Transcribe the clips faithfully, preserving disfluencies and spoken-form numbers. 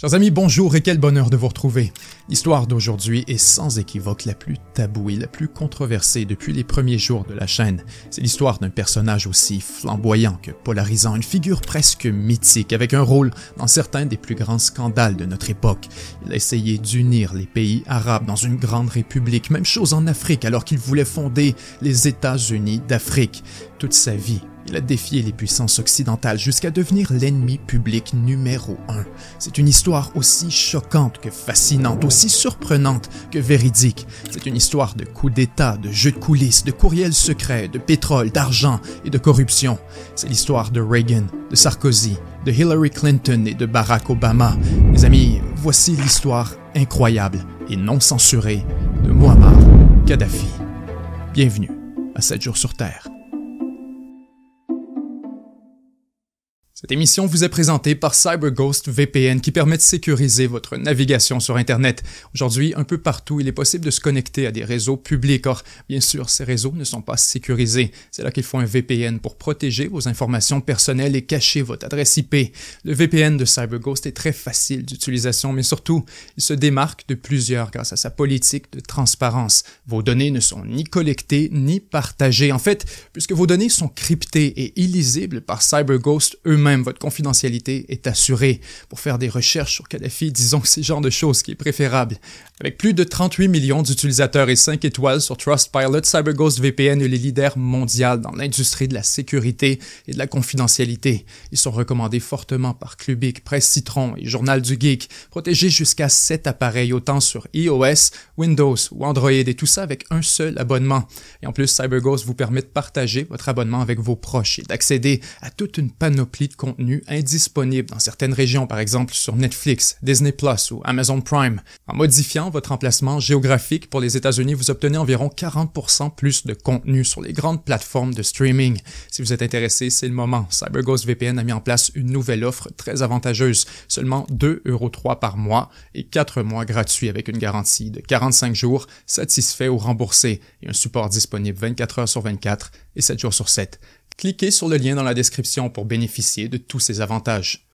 Chers amis, bonjour et quel bonheur de vous retrouver. L'histoire d'aujourd'hui est sans équivoque la plus taboue et la plus controversée depuis les premiers jours de la chaîne. C'est l'histoire d'un personnage aussi flamboyant que polarisant, une figure presque mythique avec un rôle dans certains des plus grands scandales de notre époque. Il a essayé d'unir les pays arabes dans une grande république, même chose en Afrique alors qu'il voulait fonder les États-Unis d'Afrique. Toute sa vie, il a défié les puissances occidentales jusqu'à devenir l'ennemi public numéro un. C'est une histoire aussi choquante que fascinante, aussi surprenante que véridique. C'est une histoire de coups d'État, de jeux de coulisses, de courriels secrets, de pétrole, d'argent et de corruption. C'est l'histoire de Reagan, de Sarkozy, de Hillary Clinton et de Barack Obama. Mes amis, voici l'histoire incroyable et non censurée de Muammar Kadhafi. Bienvenue à sept jours sur Terre. Cette émission vous est présentée par CyberGhost V P N qui permet de sécuriser votre navigation sur Internet. Aujourd'hui, un peu partout, il est possible de se connecter à des réseaux publics. Or, bien sûr, ces réseaux ne sont pas sécurisés. C'est là qu'il faut un V P N pour protéger vos informations personnelles et cacher votre adresse I P. Le V P N de CyberGhost est très facile d'utilisation, mais surtout, il se démarque de plusieurs grâce à sa politique de transparence. Vos données ne sont ni collectées ni partagées. En fait, puisque vos données sont cryptées et illisibles par CyberGhost eux-mêmes, votre confidentialité est assurée. Pour faire des recherches sur Kadhafi, disons que c'est le genre de choses qui est préférable. Avec plus de trente-huit millions d'utilisateurs et cinq étoiles sur Trustpilot, CyberGhost V P N est le leader mondial dans l'industrie de la sécurité et de la confidentialité. Ils sont recommandés fortement par Clubic, Presse Citron et Journal du Geek, protégés jusqu'à sept appareils autant sur iOS, Windows ou Android et tout ça avec un seul abonnement. Et en plus, CyberGhost vous permet de partager votre abonnement avec vos proches et d'accéder à toute une panoplie de contenu indisponible dans certaines régions, par exemple sur Netflix, Disney Plus ou Amazon Prime. En modifiant votre emplacement géographique pour les États-Unis, vous obtenez environ quarante pour cent plus de contenu sur les grandes plateformes de streaming. Si vous êtes intéressé, c'est le moment. CyberGhost V P N a mis en place une nouvelle offre très avantageuse, seulement deux euros trois par mois et quatre mois gratuits avec une garantie de quarante-cinq jours, satisfait ou remboursé et un support disponible vingt-quatre heures sur vingt-quatre et sept jours sur sept. Cliquez sur le lien dans la description pour bénéficier de tous ces avantages.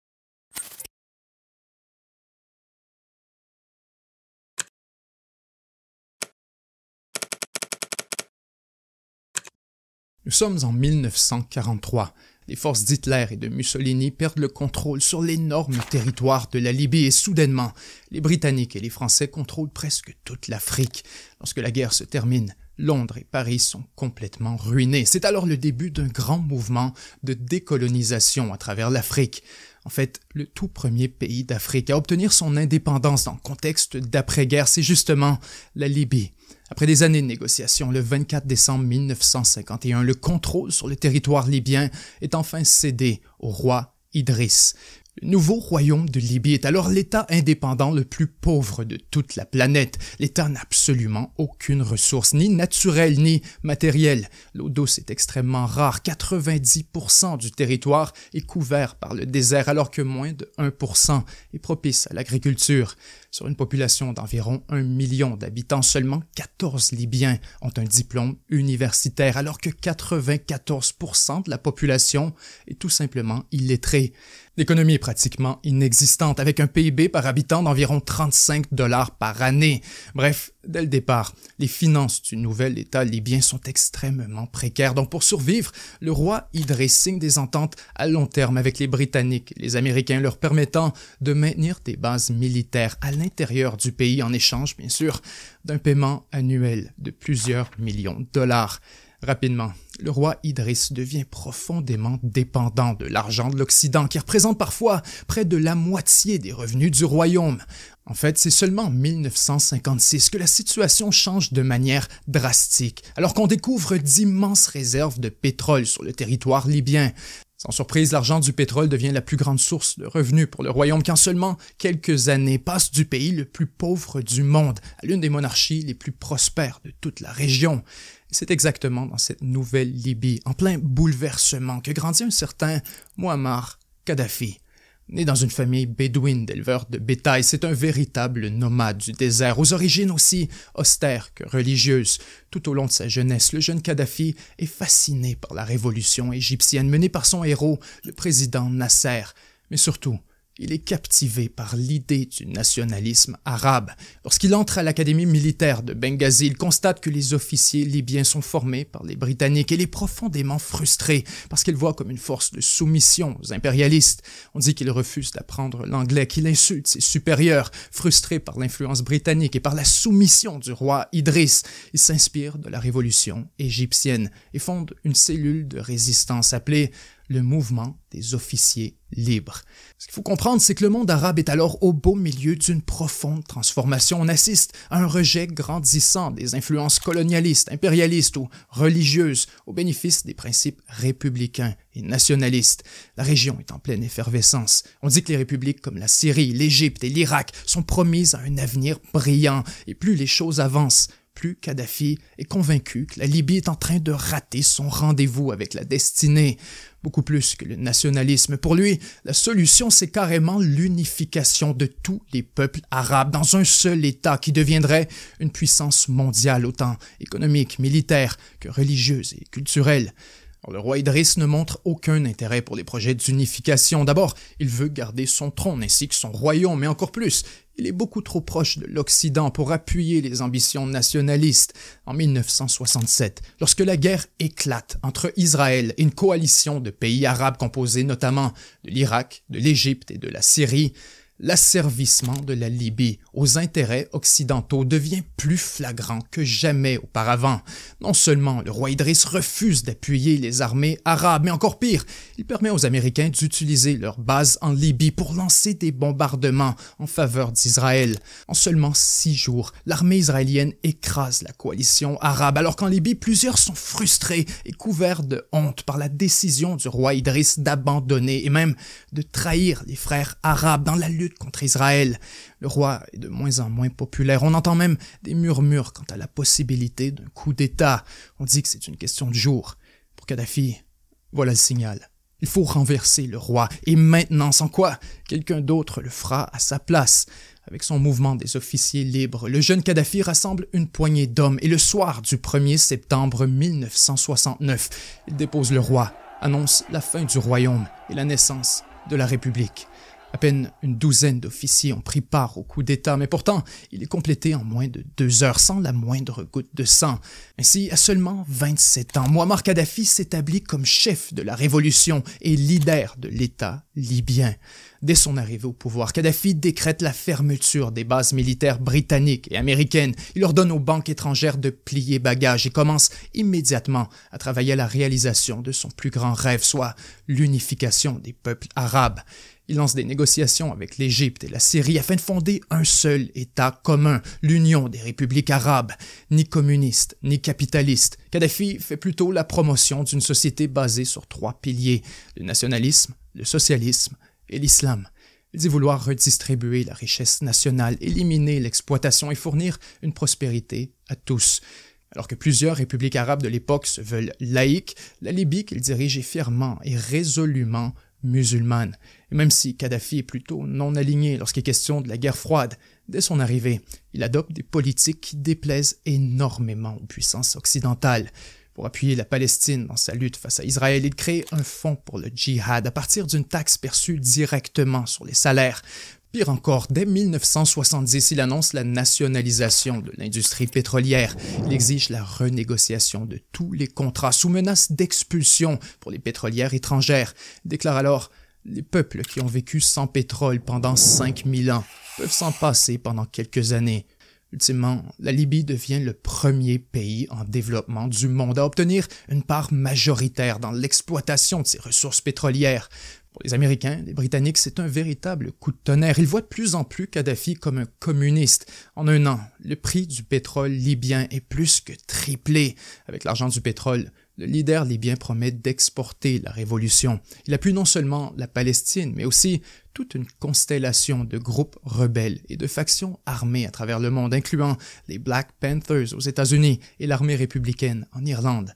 Nous sommes en mille neuf cent quarante-trois. Les forces d'Hitler et de Mussolini perdent le contrôle sur l'énorme territoire de la Libye et soudainement, les Britanniques et les Français contrôlent presque toute l'Afrique. Lorsque la guerre se termine, Londres et Paris sont complètement ruinés. C'est alors le début d'un grand mouvement de décolonisation à travers l'Afrique. En fait, le tout premier pays d'Afrique à obtenir son indépendance dans le contexte d'après-guerre, c'est justement la Libye. Après des années de négociations, le vingt-quatre décembre mille neuf cent cinquante et un, le contrôle sur le territoire libyen est enfin cédé au roi Idriss. Le nouveau royaume de Libye est alors l'État indépendant le plus pauvre de toute la planète. L'État n'a absolument aucune ressource, ni naturelle ni matérielle. L'eau douce est extrêmement rare. quatre-vingt-dix pour cent du territoire est couvert par le désert, alors que moins de un pour cent est propice à l'agriculture. Sur une population d'environ un million d'habitants, seulement quatorze Libyens ont un diplôme universitaire, alors que quatre-vingt-quatorze pour cent de la population est tout simplement illettrée. L'économie est pratiquement inexistante, avec un P I B par habitant d'environ trente-cinq dollars par année. Bref, dès le départ, les finances du nouvel État libyen sont extrêmement précaires. Donc pour survivre, le roi Idriss signe des ententes à long terme avec les Britanniques et les Américains, leur permettant de maintenir des bases militaires à l'intérieur du pays en échange, bien sûr, d'un paiement annuel de plusieurs millions de dollars. Rapidement, le roi Idriss devient profondément dépendant de l'argent de l'Occident qui représente parfois près de la moitié des revenus du royaume. En fait, c'est seulement en mille neuf cent cinquante-six que la situation change de manière drastique, alors qu'on découvre d'immenses réserves de pétrole sur le territoire libyen. Sans surprise, l'argent du pétrole devient la plus grande source de revenus pour le royaume qui en seulement quelques années passe du pays le plus pauvre du monde à l'une des monarchies les plus prospères de toute la région. C'est exactement dans cette nouvelle Libye, en plein bouleversement, que grandit un certain Muammar Kadhafi. Né dans une famille bédouine d'éleveurs de bétail, c'est un véritable nomade du désert, aux origines aussi austères que religieuses. Tout au long de sa jeunesse, le jeune Kadhafi est fasciné par la révolution égyptienne menée par son héros, le président Nasser. Mais surtout, il est captivé par l'idée du nationalisme arabe. Lorsqu'il entre à l'académie militaire de Benghazi, il constate que les officiers libyens sont formés par les Britanniques et il est profondément frustré parce qu'il voit comme une force de soumission aux impérialistes. On dit qu'il refuse d'apprendre l'anglais, qu'il insulte ses supérieurs. Frustré par l'influence britannique et par la soumission du roi Idriss, il s'inspire de la révolution égyptienne et fonde une cellule de résistance appelée le mouvement des officiers libres. Ce qu'il faut comprendre, c'est que le monde arabe est alors au beau milieu d'une profonde transformation. On assiste à un rejet grandissant des influences colonialistes, impérialistes ou religieuses au bénéfice des principes républicains et nationalistes. La région est en pleine effervescence. On dit que les républiques comme la Syrie, l'Égypte et l'Irak sont promises à un avenir brillant. Et plus les choses avancent, plus Kadhafi est convaincu que la Libye est en train de rater son rendez-vous avec la destinée. Beaucoup plus que le nationalisme. Pour lui, la solution, c'est carrément l'unification de tous les peuples arabes dans un seul État qui deviendrait une puissance mondiale, autant économique, militaire que religieuse et culturelle. Alors, le roi Idriss ne montre aucun intérêt pour les projets d'unification. D'abord, il veut garder son trône ainsi que son royaume, mais encore plus, il est beaucoup trop proche de l'Occident pour appuyer les ambitions nationalistes. En mille neuf cent soixante-sept, lorsque la guerre éclate entre Israël et une coalition de pays arabes composés notamment de l'Irak, de l'Égypte et de la Syrie, l'asservissement de la Libye aux intérêts occidentaux devient plus flagrant que jamais auparavant. Non seulement le roi Idriss refuse d'appuyer les armées arabes, mais encore pire, il permet aux Américains d'utiliser leurs bases en Libye pour lancer des bombardements en faveur d'Israël. En seulement six jours, l'armée israélienne écrase la coalition arabe, alors qu'en Libye, plusieurs sont frustrés et couverts de honte par la décision du roi Idriss d'abandonner et même de trahir les frères arabes dans la lutte contre Israël. Le roi est de moins en moins populaire. On entend même des murmures quant à la possibilité d'un coup d'État. On dit que c'est une question de jours. Pour Kadhafi, voilà le signal. Il faut renverser le roi, et maintenant, sans quoi quelqu'un d'autre le fera à sa place. Avec son mouvement des officiers libres, le jeune Kadhafi rassemble une poignée d'hommes et le soir du premier septembre mille neuf cent soixante-neuf, il dépose le roi, annonce la fin du royaume et la naissance de la République. À peine une douzaine d'officiers ont pris part au coup d'État, mais pourtant, il est complété en moins de deux heures, sans la moindre goutte de sang. Ainsi, à seulement vingt-sept ans, Mouammar Kadhafi s'établit comme chef de la révolution et leader de l'État libyen. Dès son arrivée au pouvoir, Kadhafi décrète la fermeture des bases militaires britanniques et américaines. Il ordonne aux banques étrangères de plier bagages et commence immédiatement à travailler à la réalisation de son plus grand rêve, soit l'unification des peuples arabes. Il lance des négociations avec l'Égypte et la Syrie afin de fonder un seul État commun, l'Union des républiques arabes. Ni communiste, ni capitaliste, Kadhafi fait plutôt la promotion d'une société basée sur trois piliers, le nationalisme, le socialisme et l'islam. Il dit vouloir redistribuer la richesse nationale, éliminer l'exploitation et fournir une prospérité à tous. Alors que plusieurs républiques arabes de l'époque se veulent laïques, la Libye qu'il dirige est fièrement et résolument musulmane. Et même si Kadhafi est plutôt non aligné lorsqu'il est question de la guerre froide, dès son arrivée, il adopte des politiques qui déplaisent énormément aux puissances occidentales. Pour appuyer la Palestine dans sa lutte face à Israël, il crée un fonds pour le djihad à partir d'une taxe perçue directement sur les salaires. Pire encore, dès mille neuf cent soixante-dix, il annonce la nationalisation de l'industrie pétrolière. Il exige la renégociation de tous les contrats sous menace d'expulsion pour les pétrolières étrangères. Il déclare alors « Les peuples qui ont vécu sans pétrole pendant cinq mille ans peuvent s'en passer pendant quelques années. » Ultimement, la Libye devient le premier pays en développement du monde à obtenir une part majoritaire dans l'exploitation de ses ressources pétrolières. Pour les Américains, les Britanniques, c'est un véritable coup de tonnerre. Ils voient de plus en plus Kadhafi comme un communiste. En un an, le prix du pétrole libyen est plus que triplé. Avec l'argent du pétrole, le leader libyen promet d'exporter la révolution. Il appuie non seulement la Palestine, mais aussi toute une constellation de groupes rebelles et de factions armées à travers le monde, incluant les Black Panthers aux États-Unis et l'armée républicaine en Irlande. Il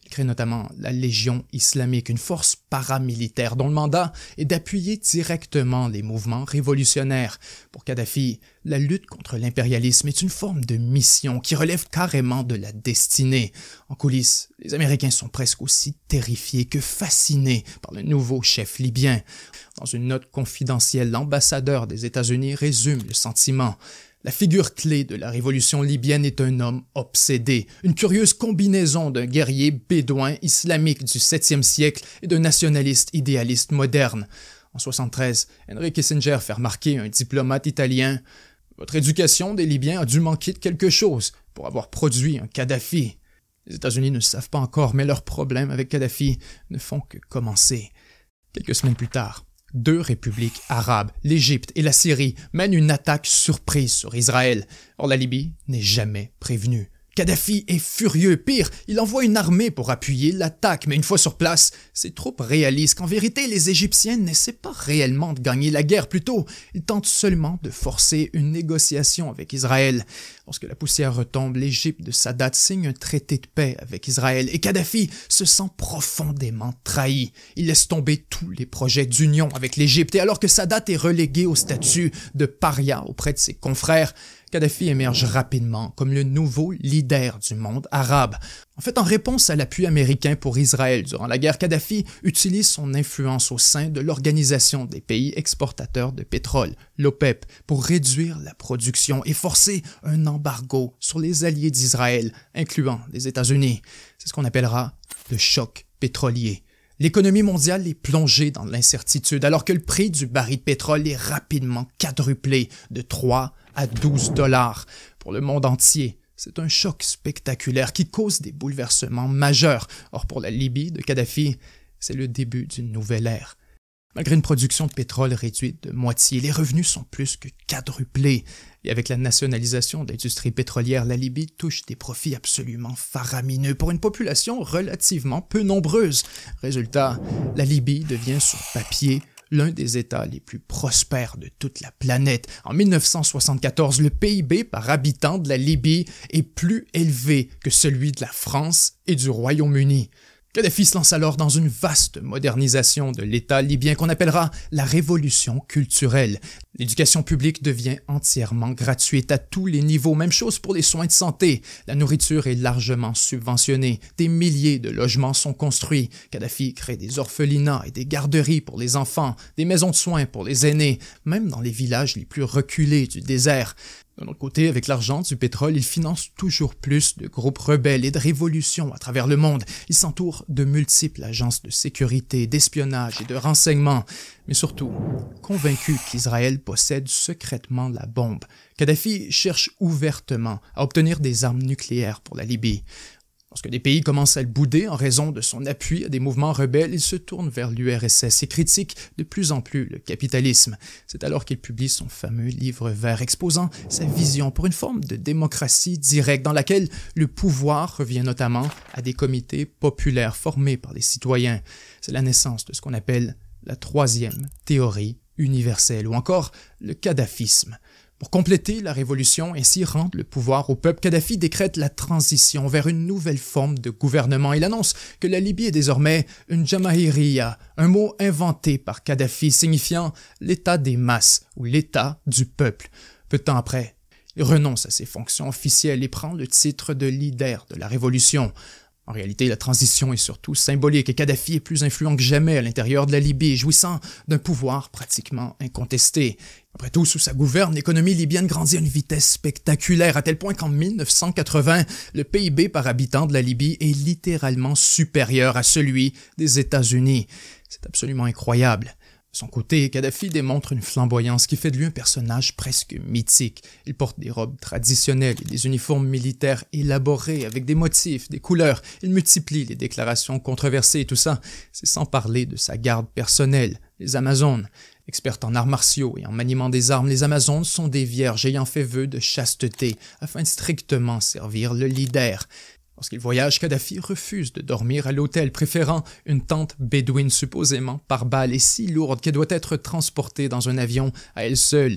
Il crée notamment la Légion islamique, une force paramilitaire dont le mandat est d'appuyer directement les mouvements révolutionnaires. Pour Kadhafi, la lutte contre l'impérialisme est une forme de mission qui relève carrément de la destinée. En coulisses, les Américains sont presque aussi terrifiés que fascinés par le nouveau chef libyen. Dans une note confidentielle, l'ambassadeur des États-Unis résume le sentiment. La figure clé de la révolution libyenne est un homme obsédé, une curieuse combinaison d'un guerrier bédouin islamique du septième siècle et d'un nationaliste idéaliste moderne. En soixante-treize, Henry Kissinger fait remarquer à un diplomate italien « Votre éducation des Libyens a dû manquer de quelque chose pour avoir produit un Kadhafi. » Les États-Unis ne le savent pas encore, mais leurs problèmes avec Kadhafi ne font que commencer. Quelques semaines plus tard, deux républiques arabes, l'Égypte et la Syrie, mènent une attaque surprise sur Israël. Or, la Libye n'est jamais prévenue. Kadhafi est furieux. Pire, il envoie une armée pour appuyer l'attaque, mais une fois sur place, ses troupes réalisent qu'en vérité, les Égyptiens n'essaient pas réellement de gagner la guerre, plutôt, ils tentent seulement de forcer une négociation avec Israël. Lorsque la poussière retombe, l'Égypte de Sadat signe un traité de paix avec Israël et Kadhafi se sent profondément trahi. Il laisse tomber tous les projets d'union avec l'Égypte et alors que Sadat est relégué au statut de paria auprès de ses confrères, Kadhafi émerge rapidement comme le nouveau leader du monde arabe. En fait, en réponse à l'appui américain pour Israël durant la guerre, Kadhafi utilise son influence au sein de l'Organisation des pays exportateurs de pétrole, l'OPEP, pour réduire la production et forcer un embargo sur les alliés d'Israël, incluant les États-Unis. C'est ce qu'on appellera le choc pétrolier. L'économie mondiale est plongée dans l'incertitude alors que le prix du baril de pétrole est rapidement quadruplé de trois à douze dollars. Pour le monde entier, c'est un choc spectaculaire qui cause des bouleversements majeurs. Or, pour la Libye de Kadhafi, c'est le début d'une nouvelle ère. Malgré une production de pétrole réduite de moitié, les revenus sont plus que quadruplés. Et avec la nationalisation de l'industrie pétrolière, la Libye touche des profits absolument faramineux pour une population relativement peu nombreuse. Résultat, la Libye devient sur papier l'un des États les plus prospères de toute la planète. En mille neuf cent soixante-quatorze, le P I B par habitant de la Libye est plus élevé que celui de la France et du Royaume-Uni. Kadhafi se lance alors dans une vaste modernisation de l'État libyen qu'on appellera la révolution culturelle. L'éducation publique devient entièrement gratuite à tous les niveaux, même chose pour les soins de santé. La nourriture est largement subventionnée, des milliers de logements sont construits. Kadhafi crée des orphelinats et des garderies pour les enfants, des maisons de soins pour les aînés, même dans les villages les plus reculés du désert. D'un autre côté, avec l'argent du pétrole, il finance toujours plus de groupes rebelles et de révolutions à travers le monde. Il s'entoure de multiples agences de sécurité, d'espionnage et de renseignement. Mais surtout, convaincu qu'Israël possède secrètement la bombe, Kadhafi cherche ouvertement à obtenir des armes nucléaires pour la Libye. Lorsque des pays commencent à le bouder en raison de son appui à des mouvements rebelles, il se tourne vers l'U R S S et critique de plus en plus le capitalisme. C'est alors qu'il publie son fameux livre vert exposant sa vision pour une forme de démocratie directe dans laquelle le pouvoir revient notamment à des comités populaires formés par les citoyens. C'est la naissance de ce qu'on appelle la troisième théorie universelle ou encore le kadhafisme. Pour compléter la révolution et ainsi rendre le pouvoir au peuple, Kadhafi décrète la transition vers une nouvelle forme de gouvernement. Il annonce que la Libye est désormais une Jamahiriya, un mot inventé par Kadhafi signifiant l'état des masses ou l'état du peuple. Peu de temps après, il renonce à ses fonctions officielles et prend le titre de leader de la révolution. En réalité, la transition est surtout symbolique et Kadhafi est plus influent que jamais à l'intérieur de la Libye, jouissant d'un pouvoir pratiquement incontesté. Après tout, sous sa gouverne, l'économie libyenne grandit à une vitesse spectaculaire, à tel point qu'en mille neuf cent quatre-vingts, le P I B par habitant de la Libye est littéralement supérieur à celui des États-Unis. C'est absolument incroyable. De son côté, Kadhafi démontre une flamboyance qui fait de lui un personnage presque mythique. Il porte des robes traditionnelles et des uniformes militaires élaborés avec des motifs, des couleurs. Il multiplie les déclarations controversées et tout ça, c'est sans parler de sa garde personnelle, les Amazones. Expertes en arts martiaux et en maniement des armes, les Amazones sont des vierges ayant fait vœu de chasteté afin de strictement servir le leader. Lorsqu'il voyage, Kadhafi refuse de dormir à l'hôtel, préférant une tente bédouine supposément par balle et si lourde qu'elle doit être transportée dans un avion à elle seule.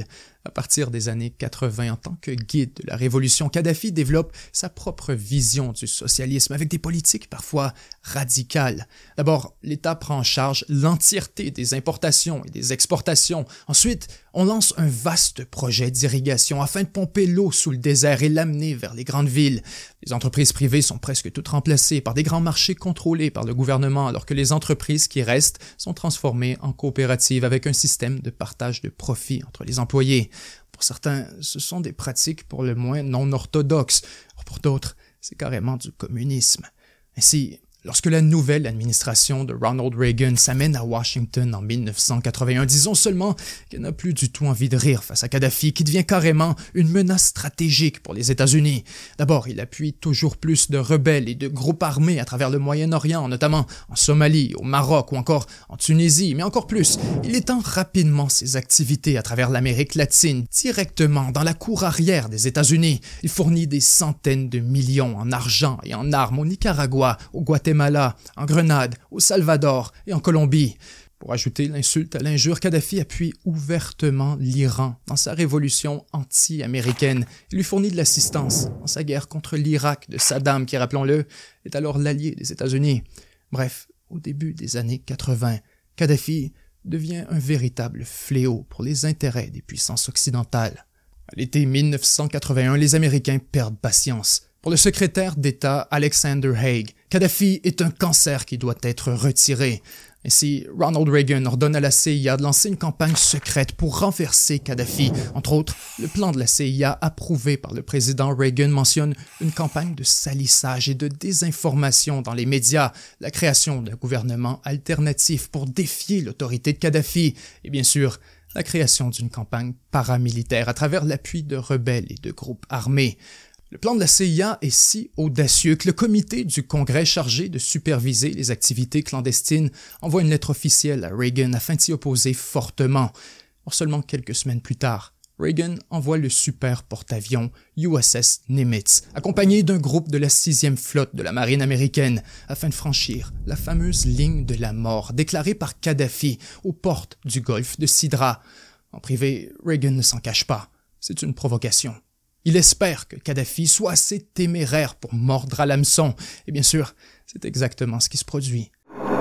À partir des années quatre-vingt, en tant que guide de la révolution, Kadhafi développe sa propre vision du socialisme avec des politiques parfois radicales. D'abord, l'État prend en charge l'entièreté des importations et des exportations. Ensuite, on lance un vaste projet d'irrigation afin de pomper l'eau sous le désert et l'amener vers les grandes villes. Les entreprises privées sont presque toutes remplacées par des grands marchés contrôlés par le gouvernement, alors que les entreprises qui restent sont transformées en coopératives avec un système de partage de profits entre les employés. Pour certains, ce sont des pratiques pour le moins non orthodoxes. Pour d'autres, c'est carrément du communisme. Ainsi, lorsque la nouvelle administration de Ronald Reagan s'amène à Washington en mille neuf cent quatre-vingt-un, disons seulement qu'elle n'a plus du tout envie de rire face à Kadhafi, qui devient carrément une menace stratégique pour les États-Unis. D'abord, il appuie toujours plus de rebelles et de groupes armés à travers le Moyen-Orient, notamment en Somalie, au Maroc ou encore en Tunisie, mais encore plus, il étend rapidement ses activités à travers l'Amérique latine, directement dans la cour arrière des États-Unis. Il fournit des centaines de millions en argent et en armes au Nicaragua, au Guatemala, en Grenade, au Salvador et en Colombie. Pour ajouter l'insulte à l'injure, Kadhafi appuie ouvertement l'Iran dans sa révolution anti-américaine. Il lui fournit de l'assistance dans sa guerre contre l'Irak de Saddam, qui, rappelons-le, est alors l'allié des États-Unis. Bref, au début des années quatre-vingt, Kadhafi devient un véritable fléau pour les intérêts des puissances occidentales. À l'été mille neuf cent quatre-vingt-un, les Américains perdent patience. Pour le secrétaire d'État Alexander Haig, Kadhafi est un cancer qui doit être retiré. Ainsi, Ronald Reagan ordonne à la C I A de lancer une campagne secrète pour renverser Kadhafi. Entre autres, le plan de la C I A approuvé par le président Reagan mentionne une campagne de salissage et de désinformation dans les médias, la création d'un gouvernement alternatif pour défier l'autorité de Kadhafi et bien sûr, la création d'une campagne paramilitaire à travers l'appui de rebelles et de groupes armés. Le plan de la C I A est si audacieux que le comité du Congrès chargé de superviser les activités clandestines envoie une lettre officielle à Reagan afin de s'y opposer fortement. Or, seulement quelques semaines plus tard, Reagan envoie le super porte-avions U S S Nimitz, accompagné d'un groupe de la sixième flotte de la marine américaine, afin de franchir la fameuse ligne de la mort déclarée par Kadhafi aux portes du golfe de Sidra. En privé, Reagan ne s'en cache pas. C'est une provocation. Il espère que Kadhafi soit assez téméraire pour mordre à l'hameçon. Et bien sûr, c'est exactement ce qui se produit.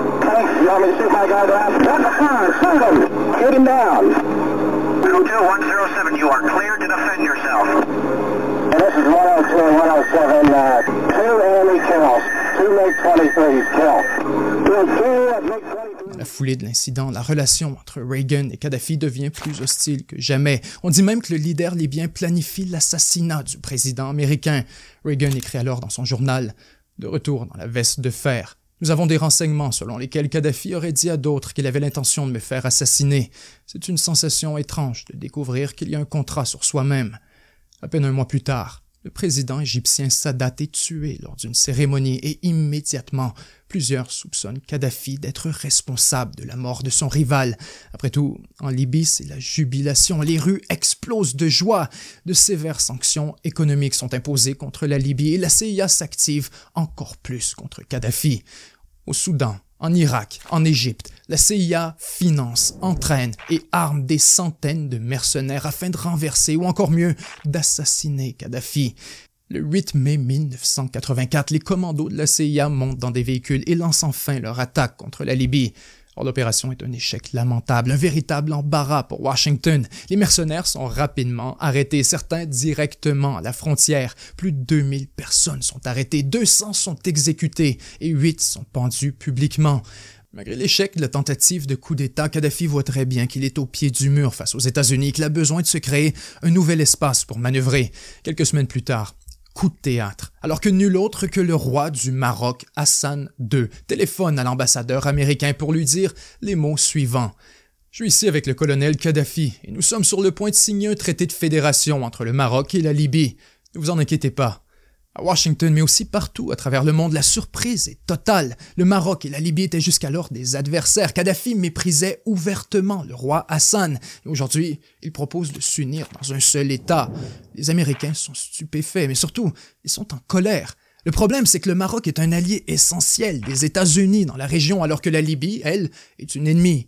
Dans la foulée de l'incident, la relation entre Reagan et Kadhafi devient plus hostile que jamais. On dit même que le leader libyen planifie l'assassinat du président américain. Reagan écrit alors dans son journal « De retour dans la veste de fer. Nous avons des renseignements selon lesquels Kadhafi aurait dit à d'autres qu'il avait l'intention de me faire assassiner. C'est une sensation étrange de découvrir qu'il y a un contrat sur soi-même. » À peine un mois plus tard, le président égyptien Sadat est tué lors d'une cérémonie et immédiatement, plusieurs soupçonnent Kadhafi d'être responsable de la mort de son rival. Après tout, en Libye, c'est la jubilation. Les rues explosent de joie. De sévères sanctions économiques sont imposées contre la Libye et la C I A s'active encore plus contre Kadhafi. Au Soudan, en Irak, en Égypte, la C I A finance, entraîne et arme des centaines de mercenaires afin de renverser ou encore mieux, d'assassiner Kadhafi. Le huit mai mille neuf cent quatre-vingt-quatre, les commandos de la C I A montent dans des véhicules et lancent enfin leur attaque contre la Libye. Or, l'opération est un échec lamentable, un véritable embarras pour Washington. Les mercenaires sont rapidement arrêtés, certains directement à la frontière. Plus de deux mille personnes sont arrêtées, deux cents sont exécutées et huit sont pendus publiquement. Malgré l'échec de la tentative de coup d'État, Kadhafi voit très bien qu'il est au pied du mur face aux États-Unis et qu'il a besoin de se créer un nouvel espace pour manœuvrer. Quelques semaines plus tard, coup de théâtre, alors que nul autre que le roi du Maroc, Hassan deux, téléphone à l'ambassadeur américain pour lui dire les mots suivants. « Je suis ici avec le colonel Kadhafi et nous sommes sur le point de signer un traité de fédération entre le Maroc et la Libye. Ne vous en inquiétez pas. » À Washington, mais aussi partout à travers le monde, la surprise est totale. Le Maroc et la Libye étaient jusqu'alors des adversaires. Kadhafi méprisait ouvertement le roi Hassan. Et aujourd'hui, il propose de s'unir dans un seul État. Les Américains sont stupéfaits, mais surtout, ils sont en colère. Le problème, c'est que le Maroc est un allié essentiel des États-Unis dans la région, alors que la Libye, elle, est une ennemie.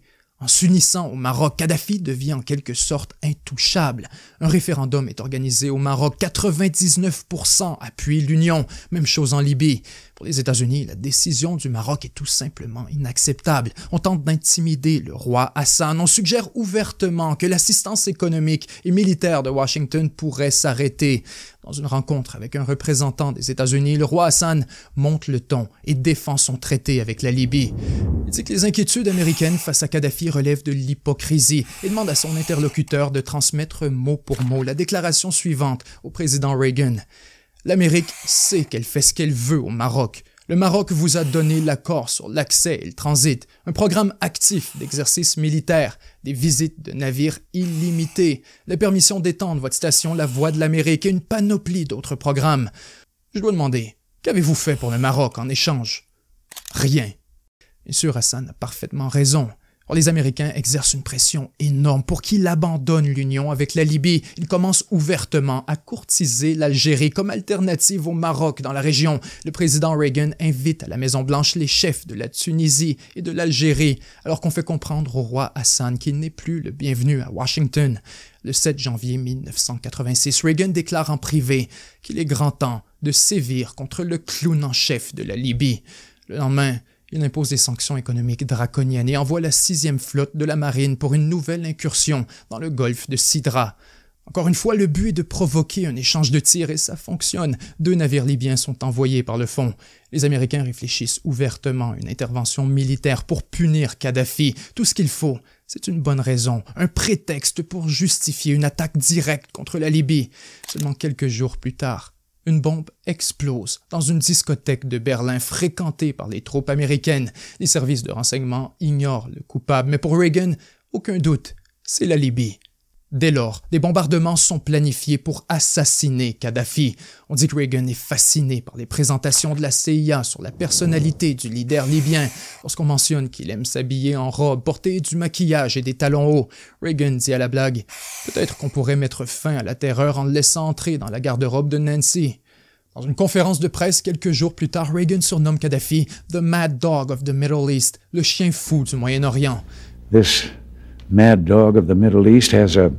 En s'unissant au Maroc, Kadhafi devient en quelque sorte intouchable. Un référendum est organisé au Maroc, quatre-vingt-dix-neuf pour cent appuient l'Union, même chose en Libye. Pour les États-Unis, la décision du Maroc est tout simplement inacceptable. On tente d'intimider le roi Hassan, on suggère ouvertement que l'assistance économique et militaire de Washington pourrait s'arrêter. Dans une rencontre avec un représentant des États-Unis, le roi Hassan monte le ton et défend son traité avec la Libye. Il dit que les inquiétudes américaines face à Kadhafi relèvent de l'hypocrisie et demande à son interlocuteur de transmettre mot pour mot la déclaration suivante au président Reagan. L'Amérique sait qu'elle fait ce qu'elle veut au Maroc. Le Maroc vous a donné l'accord sur l'accès et le transit, un programme actif d'exercices militaires, des visites de navires illimitées, la permission d'étendre votre station La Voix de l'Amérique et une panoplie d'autres programmes. Je dois demander, qu'avez-vous fait pour le Maroc en échange? Rien. Bien sûr, Hassan a parfaitement raison. Or, les Américains exercent une pression énorme pour qu'il abandonne l'union avec la Libye. Ils commencent ouvertement à courtiser l'Algérie comme alternative au Maroc dans la région. Le président Reagan invite à la Maison-Blanche les chefs de la Tunisie et de l'Algérie, alors qu'on fait comprendre au roi Hassan qu'il n'est plus le bienvenu à Washington. Le sept janvier mille neuf cent quatre-vingt-six, Reagan déclare en privé qu'il est grand temps de sévir contre le clown en chef de la Libye. Le lendemain, il impose des sanctions économiques draconiennes et envoie la sixième flotte de la marine pour une nouvelle incursion dans le golfe de Sidra. Encore une fois, le but est de provoquer un échange de tirs et ça fonctionne. Deux navires libyens sont envoyés par le fond. Les Américains réfléchissent ouvertement à une intervention militaire pour punir Kadhafi. Tout ce qu'il faut, c'est une bonne raison, un prétexte pour justifier une attaque directe contre la Libye. Seulement quelques jours plus tard, une bombe explose dans une discothèque de Berlin fréquentée par les troupes américaines. Les services de renseignement ignorent le coupable, mais pour Reagan, aucun doute, c'est la Libye. Dès lors, des bombardements sont planifiés pour assassiner Kadhafi. On dit que Reagan est fasciné par les présentations de la C I A sur la personnalité du leader libyen. Lorsqu'on mentionne qu'il aime s'habiller en robe, porter du maquillage et des talons hauts, Reagan dit à la blague « Peut-être qu'on pourrait mettre fin à la terreur en le laissant entrer dans la garde-robe de Nancy ». Dans une conférence de presse quelques jours plus tard, Reagan surnomme Kadhafi « The Mad Dog of the Middle East », le chien fou du Moyen-Orient. This mad dog of the Middle East has a,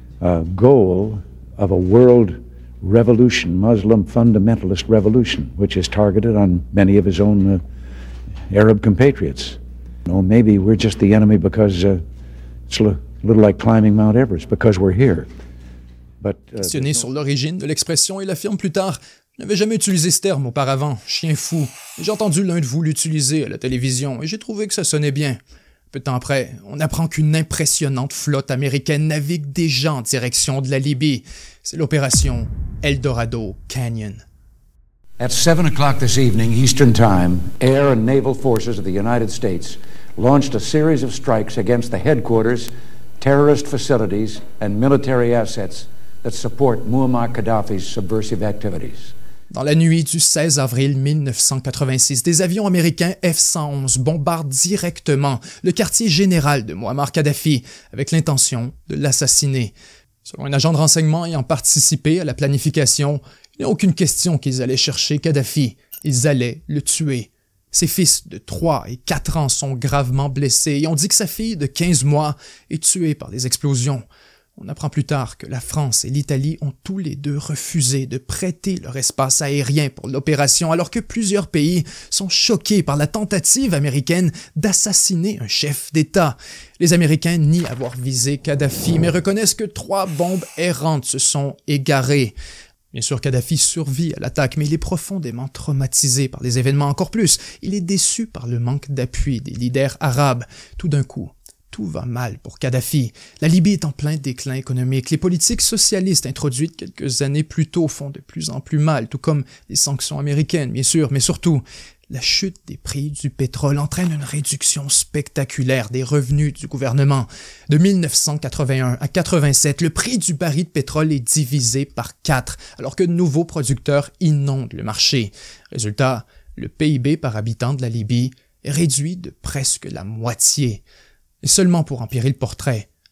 a goal of a world revolution, Muslim fundamentalist revolution, which is targeted on many of his own uh, Arab compatriots. You know, maybe we're just the enemy because uh, it's a little like climbing Mount Everest, because we're here. But, uh, Questionné sur l'origine de l'expression, il affirme plus tard « Je n'avais jamais utilisé ce terme auparavant, chien fou. J'ai entendu l'un de vous l'utiliser à la télévision et j'ai trouvé que ça sonnait bien. » Peu de temps après, on apprend qu'une impressionnante flotte américaine navigue déjà en direction de la Libye. C'est l'opération Eldorado Canyon. At seven o'clock this evening, Eastern Time, air and naval forces of the United States launched a series of strikes against the headquarters, terrorist facilities, and military assets that support Muammar Gaddafi's subversive activities. Dans la nuit du seize avril mille neuf cent quatre-vingt-six, des avions américains F cent onze bombardent directement le quartier général de Muammar Kadhafi avec l'intention de l'assassiner. Selon un agent de renseignement ayant participé à la planification, il n'y a aucune question qu'ils allaient chercher Kadhafi. Ils allaient le tuer. Ses fils de trois et quatre ans sont gravement blessés et on dit que sa fille de quinze mois est tuée par des explosions. On apprend plus tard que la France et l'Italie ont tous les deux refusé de prêter leur espace aérien pour l'opération, alors que plusieurs pays sont choqués par la tentative américaine d'assassiner un chef d'État. Les Américains nient avoir visé Kadhafi, mais reconnaissent que trois bombes errantes se sont égarées. Bien sûr, Kadhafi survit à l'attaque, mais il est profondément traumatisé par les événements encore plus. Il est déçu par le manque d'appui des leaders arabes. Tout d'un coup, tout va mal pour Kadhafi. La Libye est en plein déclin économique. Les politiques socialistes introduites quelques années plus tôt font de plus en plus mal, tout comme les sanctions américaines, bien sûr, mais surtout, la chute des prix du pétrole entraîne une réduction spectaculaire des revenus du gouvernement. De mille neuf cent quatre-vingt-un à quatre-vingt-sept, le prix du baril de pétrole est divisé par quatre, alors que de nouveaux producteurs inondent le marché. Résultat, le P I B par habitant de la Libye est réduit de presque la moitié. Et seulement pour empirer le portrait,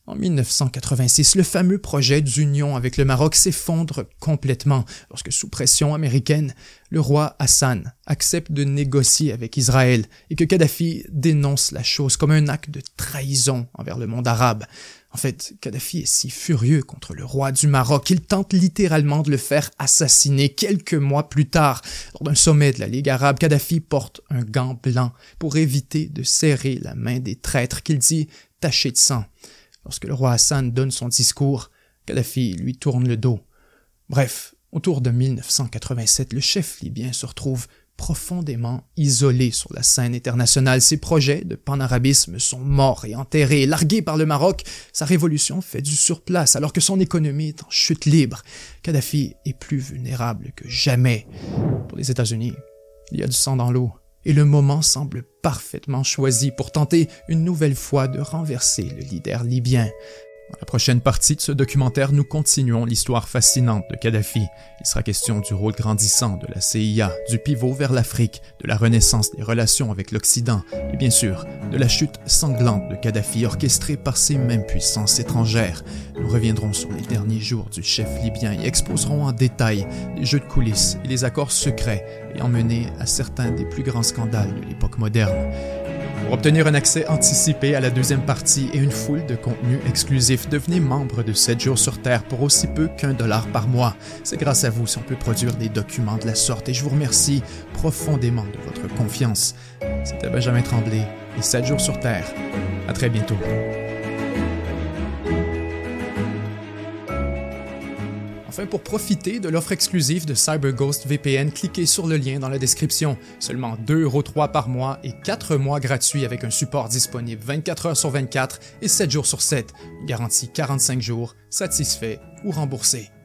En mille neuf cent quatre-vingt-six, le fameux projet d'union avec le Maroc s'effondre complètement lorsque, sous pression américaine, le roi Hassan accepte de négocier avec Israël et que Kadhafi dénonce la chose comme un acte de trahison envers le monde arabe. En fait, Kadhafi est si furieux contre le roi du Maroc qu'il tente littéralement de le faire assassiner quelques mois plus tard. Lors d'un sommet de la Ligue arabe, Kadhafi porte un gant blanc pour éviter de serrer la main des traîtres qu'il dit tachés de sang. Lorsque le roi Hassan donne son discours, Kadhafi lui tourne le dos. Bref, autour de mille neuf cent quatre-vingt-sept, le chef libyen se retrouve profondément isolé sur la scène internationale. Ses projets de panarabisme sont morts et enterrés. Largué par le Maroc, sa révolution fait du surplace alors que son économie est en chute libre. Kadhafi est plus vulnérable que jamais. Pour les États-Unis, il y a du sang dans l'eau et le moment semble parfaitement choisi pour tenter une nouvelle fois de renverser le leader libyen. Dans la prochaine partie de ce documentaire, nous continuons l'histoire fascinante de Kadhafi. Il sera question du rôle grandissant de la C I A, du pivot vers l'Afrique, de la renaissance des relations avec l'Occident et bien sûr de la chute sanglante de Kadhafi orchestrée par ces mêmes puissances étrangères. Nous reviendrons sur les derniers jours du chef libyen et exposerons en détail les jeux de coulisses et les accords secrets ayant mené à certains des plus grands scandales de l'époque moderne. Pour obtenir un accès anticipé à la deuxième partie et une foule de contenus exclusifs, devenez membre de sept jours sur Terre pour aussi peu qu'un dollar par mois. C'est grâce à vous si on peut produire des documents de la sorte et je vous remercie profondément de votre confiance. C'était Benjamin Tremblay et sept jours sur Terre. À très bientôt. Enfin, pour profiter de l'offre exclusive de CyberGhost V P N, cliquez sur le lien dans la description. Seulement deux euros trois par mois et quatre mois gratuits avec un support disponible vingt-quatre heures sur vingt-quatre et sept jours sur sept. Garantie quarante-cinq jours, satisfait ou remboursé.